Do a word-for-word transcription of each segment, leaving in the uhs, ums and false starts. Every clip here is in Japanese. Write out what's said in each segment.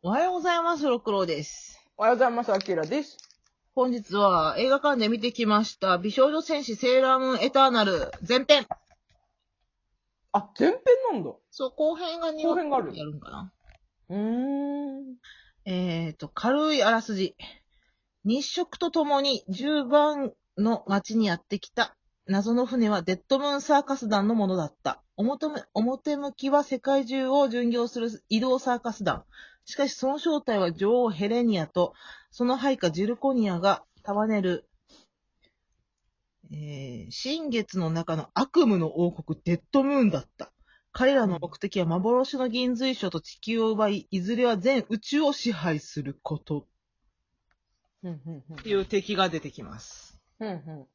おはようございます、六郎です。 おはようございます、アキラです。 本日は映画館で見てきました、美少女戦士セーラームーンエターナル前編。 あ、前編なんだ。 そう、後編がに後編があるやるんかな。 うーん。 えーと、軽いあらすじ。日食とともにじゅうばんの町にやってきた謎の船はデッドムーンサーカス団のものだった。表む表向きは世界中を巡業する移動サーカス団。しかしその正体は女王ヘレニアとその配下ジルコニアが束ねる、えー、新月の中の悪夢の王国デッドムーンだった。彼らの目的は幻の銀髄書と地球を奪い、いずれは全宇宙を支配すること。 うんうんうん。 っていう敵が出てきます。 うんうん。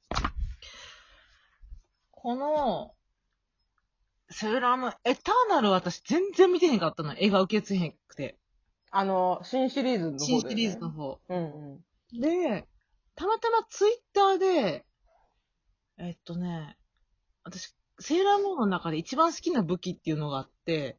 この、セーラームーンエターナル私全然見てへんかったの。絵が受け継へんくて。 あの、新シリーズの方だよね。 新シリーズの方。 うんうん。 で、たまたまツイッターで、えっとね、私、セーラームーンの中で一番好きな武器っていうのがあって、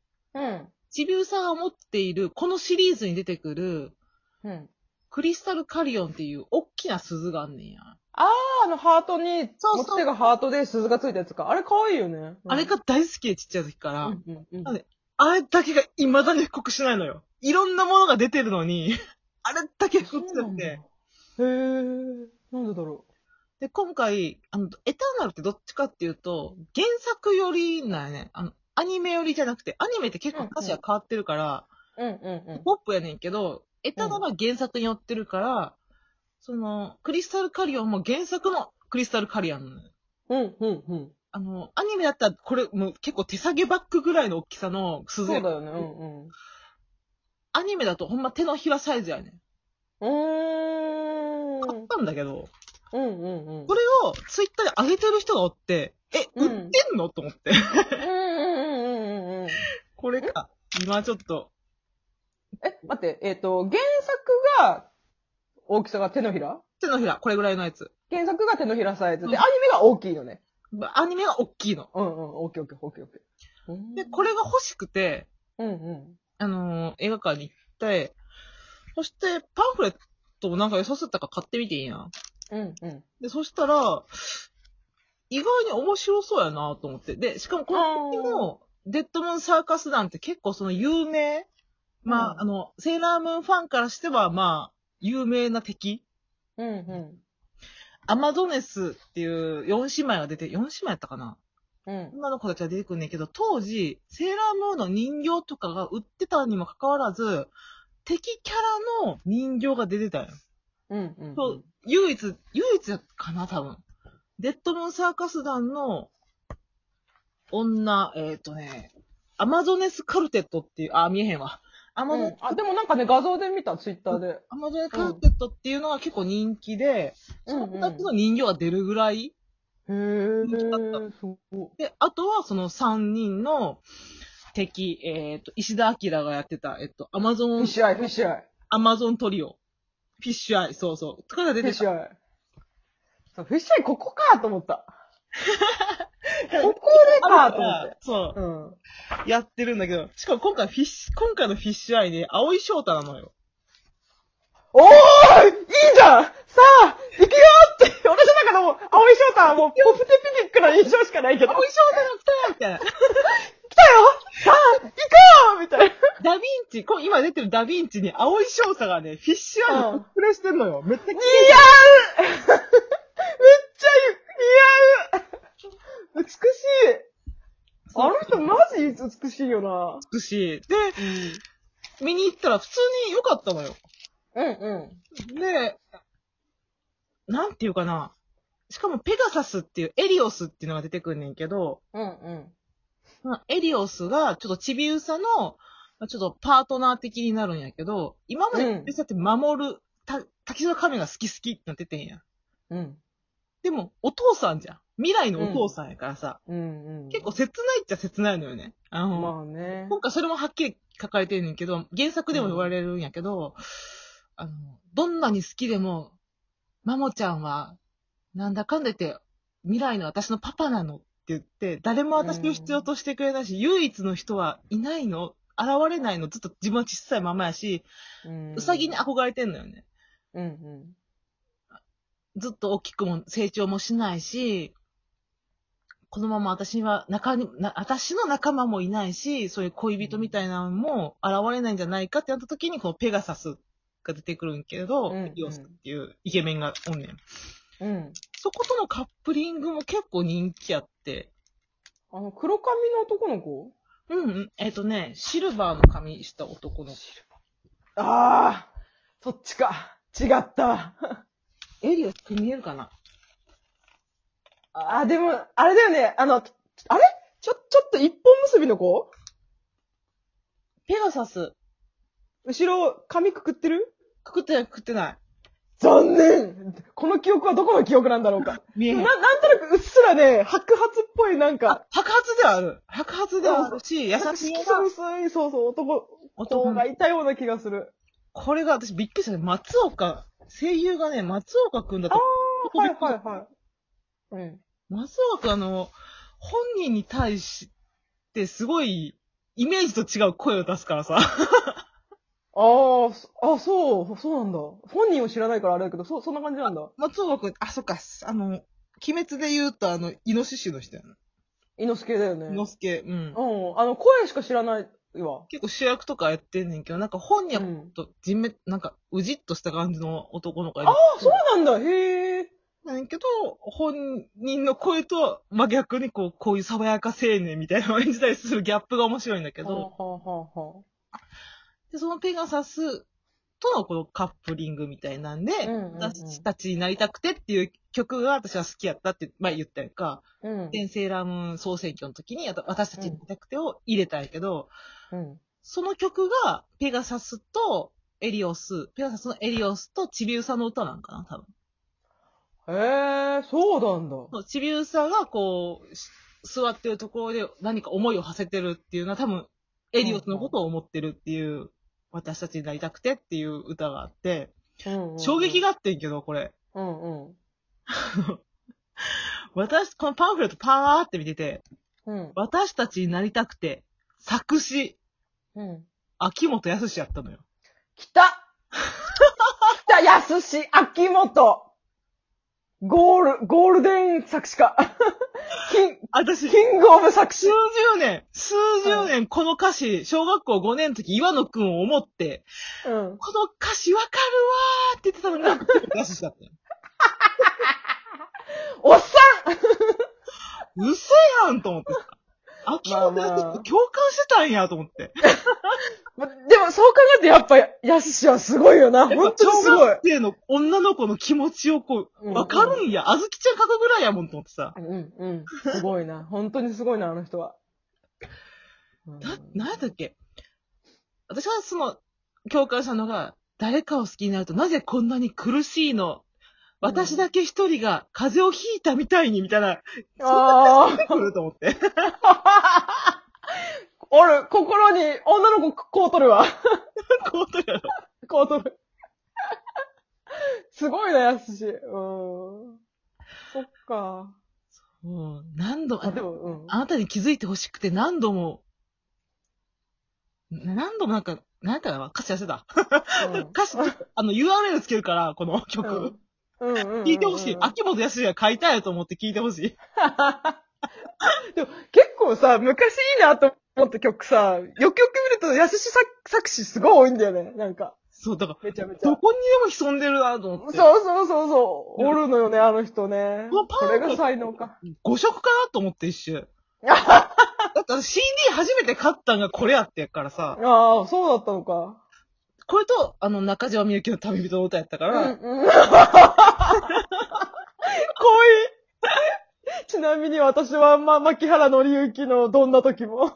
うん。 ちびうさが持っている、このシリーズに出てくる、 うん。 クリスタルカリオンっていう大きな鈴があんねんや。 あー、あの、ハートに、 そうそう持ち手がハートで鈴がついたやつか。あれ可愛いよね。うん、 あれが大好きでちっちゃい時から。 うんうんうん。 なんであれだけが未だに復刻しないのよ。いろんなものが出てるのに、あれだけ復刻しなくて。 へー。なんでだろで、今回、あの、エターナルってどっちかっていうと、原作よりなんやね。あの、アニメよりじゃなくて、アニメって結構歌詞が変わってるから、 う。うんうんうん。 ポップやねんけど、エターナルは原作によってるから、その、クリスタルカリオンも原作のクリスタルカリオンなのよ。 うんうんうん。 あの、アニメだったらこれもう結構手提げバッグぐらいの大きさの鈴やそうだよね。うんうん。 アニメだとほんま手のひらサイズやねん。 うーん。 買ったんだけど、 うんうんうん。 これをツイッターで上げてる人がおって、え、売ってんの、と思って。 うんうんうんうんうん。 これか。今ちょっと。 え、待って、えっ、と、原作が大きさが手のひら手のひら、これぐらいのやつ。 原作が手のひらサイズで、 うんアニメが大きいのね。 アニメが大きいの。 うんうん、オッケーオッケーオッケーオッケー。 で、これが欲しくて、 うんうん。 あのー映画館に行って、そしてパンフレットもなんか良さそうだったから買ってみていいな。 うんうん。 で、そしたら、意外に面白そうやなと思って。で、しかもこの時のデッドムーンサーカス団って結構その有名、まあ、 うん、 あの、セーラームーンファンからしては、まあ、有名な敵。 うんうん。 アマゾネスっていうよん姉妹が出て、よん姉妹やったかな、 うん。 女の子たちが出てくるんだけど、当時、セーラームーンの人形とかが売ってたにもかかわらず、敵キャラの人形が出てたよ。 うんうん。 そう、唯一、唯一かな、多分。デッドムーンサーカス団の女、えっ、ー、とね、アマゾネスカルテットっていう、あ、見えへんわ。アマゾネス、 うん、あ、でもなんかね、画像で見た、ツイッターで。 アマゾネスカルテットっていうのが結構人気で、 うん、 その二つの人形が出るぐらい、 へー、そう。 で、あとはその三人の敵、えっ、ー、と、石田明がやってた、えっ、と、アマゾン、 フィッシュアイ、フィッシュアイ。 アマゾントリオ。フィッシュアイ、そうそう。とかが出てた。 フィッシュアイ。そう、フィッシュアイここかと思った。ここでかと思って。 そう。 うん。 やってるんだけど、しかも今回フィッシュ、今回のフィッシュアイで、青井翔太なのよ。 おーいいじゃんさあ行くよって私の中のもう、青井翔太はもう、ポフテピピックな印象しかないけど。 青井翔太が来たよみたいな。 来たよさあ行こうみたいな。 ダヴィンチ、こ今出てるダヴィンチに青井翔太がね、フィッシュアイのコスプレしてんのよ。めっちゃ綺麗。 似合うめっちゃ似合う美しいあの人マジ美しいよな。 美しい。で、うん、見に行ったら普通に良かったのよ。 うんうん。 で、なんていうかな。しかもペガサスっていう、エリオスっていうのが出てくんねんけど、 うんうん。 エリオスがちょっとちびうさの、ちょっとパートナー的になるんやけど、今までちびうさって守る、た、滝沢カメが好き好きってなっててんや。 うん。 でも、お父さんじゃん。未来のお父さんやからさ、 うんうんうん、 結構切ないっちゃ切ないのよね。あの、 まあね。 今回それもはっきり書かれてるんやけど、原作でも言われるんやけど、うん、あの、どんなに好きでも、マモちゃんは、なんだかんだ言って、未来の私のパパなのって言って、誰も私を必要としてくれないし、うん、唯一の人はいないの現れないのずっと自分は小さいままやし、 うんうさぎに憧れてんのよね。 うんうん。 ずっと大きくも成長もしないし、このまま私は中に、な私の仲間もいないし、そういう恋人みたいなのも現れないんじゃないかってなった時に、このペガサスが出てくるんけど、 うんペリオスっていうイケメンがおんねん。 うん。 そことのカップリングも結構人気あって、 あの、黒髪の男の子うんうん、えっ、とね、シルバーの髪した男の子。 ああ、そっちか。違った。 エリオスって見えるかな？ あ、でも、あれだよね。あの、あれちょ、ちょっと一本結びの子ペガサス。 後ろ、髪くくってるくくってない、くくってない。 残念この記憶はどこの記憶なんだろうか。 見えへん。 な、なんとなくうっすらね、白髪っぽいなんあか、、 白髪ではある。白髪ではあるし、優なんかしい色素薄い、そうそう、男、 男男がいたような気がする。 これが私びっくりしたね。松岡、声優がね、松岡くんだと。 はいはいはい。うん。 松岡くんあの、本人に対してすごい、イメージと違う声を出すからさ。 ああ、そあ、そう、そうなんだ。本人を知らないからあれだけど、そ、そんな感じなんだ。 松岡くん、あ、そっか、あの、鬼滅で言うとあの、イノシシの人やな。 イノスケだよね。 イノスケ、うん。 うん。あの、声しか知らないわ。 結構主役とかやってんねんけど、なんか本人はうんと人目、なんか、うじっとした感じの男の子やあねあ、そうなんだ。へえ。 なんやけど、本人の声とは真逆にこう、こういう爽やか青年みたいなのを演じたりするギャップが面白いんだけど、 はあ、はあはあはで、そのペガサスとのこのカップリングみたいなんで、 うんうんうん私たちになりたくてっていう曲が私は好きやったって、まあ言ったやんか。 あ。うん。 で、セーラームーン総選挙の時に私たちになりたくてを入れたんやけど、 うん。 その曲がペガサスとエリオス、ペガサスのエリオスとチビウサの歌なんかな、多分。 へえ、そうなんだ。 そうチビウサがこう、し座ってるところで何か思いを馳せてるっていうのは多分、エリオスのことを思ってるっていう、私たちになりたくてっていう歌があって、 うんうんうん、 衝撃があってんけど、これ。 うんうん。 私、このパンフレットパーって見てて、 うん。 私たちになりたくて、作詞、 うん。 秋元康やったのよ。 来た来たやすし、秋元ゴール、ゴールデン作詞家。キン、 私、 キングオブ作詞数。十年、数十年この歌詞、小学校ごねんの時、岩野くんを思って、 うん。 この歌詞わかるわーって言ってたのが、歌詞だったよ。 おっさ嘘やんと思ってさ。秋元まあまあ康共感してたんやと思って。 んでも、そう考えてやっぱ、やすしはすごいよな。本当にすごい。 小学生の女の子の気持ちをこう、 うんわかるんや。あずきちゃん書くぐらいやもんと思ってさ。 うん、うん。すごいな。本当にすごいな、あの人は。うんな、なんやったっけ私はその、共感したのが、誰かを好きになるとなぜこんなに苦しいの私だけ一人が風邪をひいたみたいに、みたいな、 ああ。 来ると思って。 俺、心に女の子こう取るわ。 こうとやろ。 こう取る。すごいな、やすし。うん。そっか。 もう、何度、 あ、でも、うん。 あなたに気づいてほしくて何度も、何度もなんか、何やったかな歌詞忘れた。 うん歌詞、あの、ユーアールエル つけるから、この曲。 うんうんうんうん。 聞いてほしい。秋元康が書いたやと思って聞いてほしい。 でも結構さ、昔いいなと思った曲さ、よくよく見ると、やすし作作詞すごい多いんだよね。なんか、 そう、だから、 めちゃめちゃ。 どこにでも潜んでるなと思って。 そうそうそうそう。おるのよね、あの人ね。 このパンこれが才能か。 誤色かなと思って一瞬。だって私 シーディー 初めて買ったんがこれやってやからさ。 ああ、そうだったのか。 これと、あの、中島みゆきの旅人の歌やったかうんら。 うん。恋ちなみに私は、ま、牧原紀之のどんな時も。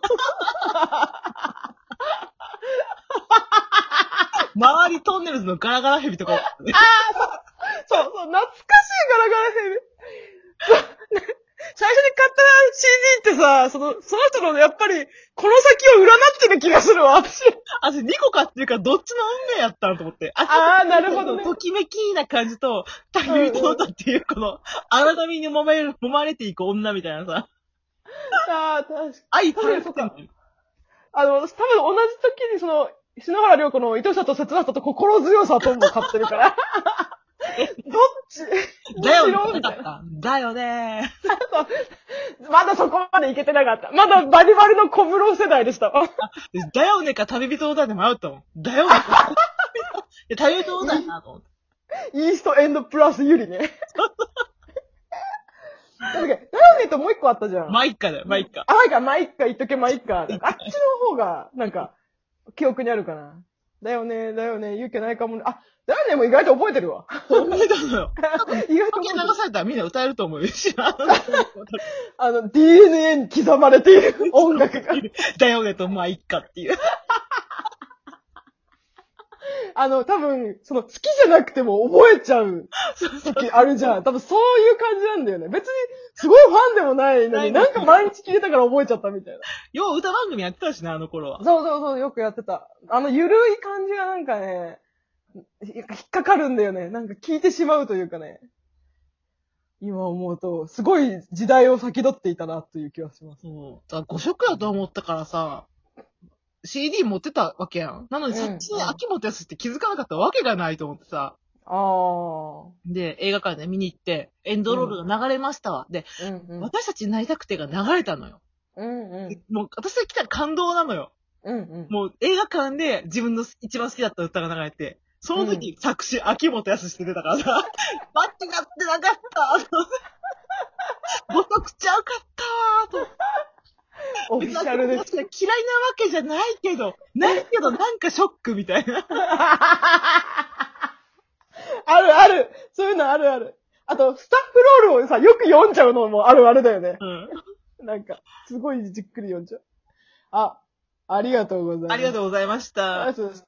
周りトンネルズのガラガラヘビとか、ね。 そうそう、懐かしいガラガラヘビ。そう最初に買った シーディー ってさ、その、その人のやっぱり、この先を占ってる気がするわ、私。 あ、にこかっていうか、どっちの運命やったのと思って。 あーなるほどねときめきな感じと、旅人の歌っていう、この、荒波に揉まれる、揉まれていく女みたいなさ。 ああ、確かに。 愛確かにそうか。 あの、多分同じ時にその、篠原涼子の愛しさと切なさと心強さとも買ってるから。どっちだよねどっちのみたいな。 だよねまだそこまでいけてなかった。まだバリバリの小風呂世代でしたわ。 だよねか旅人オーダーで迷ったもん。だよねか。旅人オーダーなと思って。 イーストエンドプラスユリね。だっけだよねともう一個あったじゃん。 マイッカだよ、マイッカ。 あ、マイカ、マイッカ、言っとけマイッカ。あっちの方が、なんか、記憶にあるかな。だよね、だよね、言うけないかもね。あ、だよねも意外と覚えてるわ。 覚えたのよ。 意外と時計流されたらみんな歌えると思うよ。知らん。 あの、ディーエヌエー に刻まれている音楽が。 だよねとマイッカっていう。 あの、多分、その、好きじゃなくても覚えちゃう時あるじゃん。多分そういう感じなんだよね。別に、すごいファンでもないのに、なんか毎日聞いたから覚えちゃったみたいな。 よう歌番組やってたしね、あの頃は。 そうそうそう、よくやってた。あの、ゆるい感じがなんかね、引っかかるんだよね。なんか聞いてしまうというかね。今思うと、すごい時代を先取っていたなという気がします。 そう。だからご色だと思ったからさ、シーディー 持ってたわけやん。なのにそっちに秋元康って気づかなかったわけがないと思ってさ。 ああ。 で、映画館で見に行って、エンドロールが流れましたわ。で、 うんうん。 私たちになりたくてが流れたのよ。 うんうん。 もう、私が来たら感動なのよ。 うんうん。 もう映画館で自分の一番好きだった歌が流れて、その時、作詞、秋元康して出たからさ、間違ってなかったご得ちゃうかったわーと。 オフィシャルです。 嫌いなわけじゃないけど、ないけどなんかショックみたいな。 あるある。そういうのあるある。あと、スタッフロールをさ、よく読んじゃうのもあるあるだよね。 うん。 なんか、すごいじっくり読んじゃう。あ、ありがとうございます。 ありがとうございました。 ありがとうございます。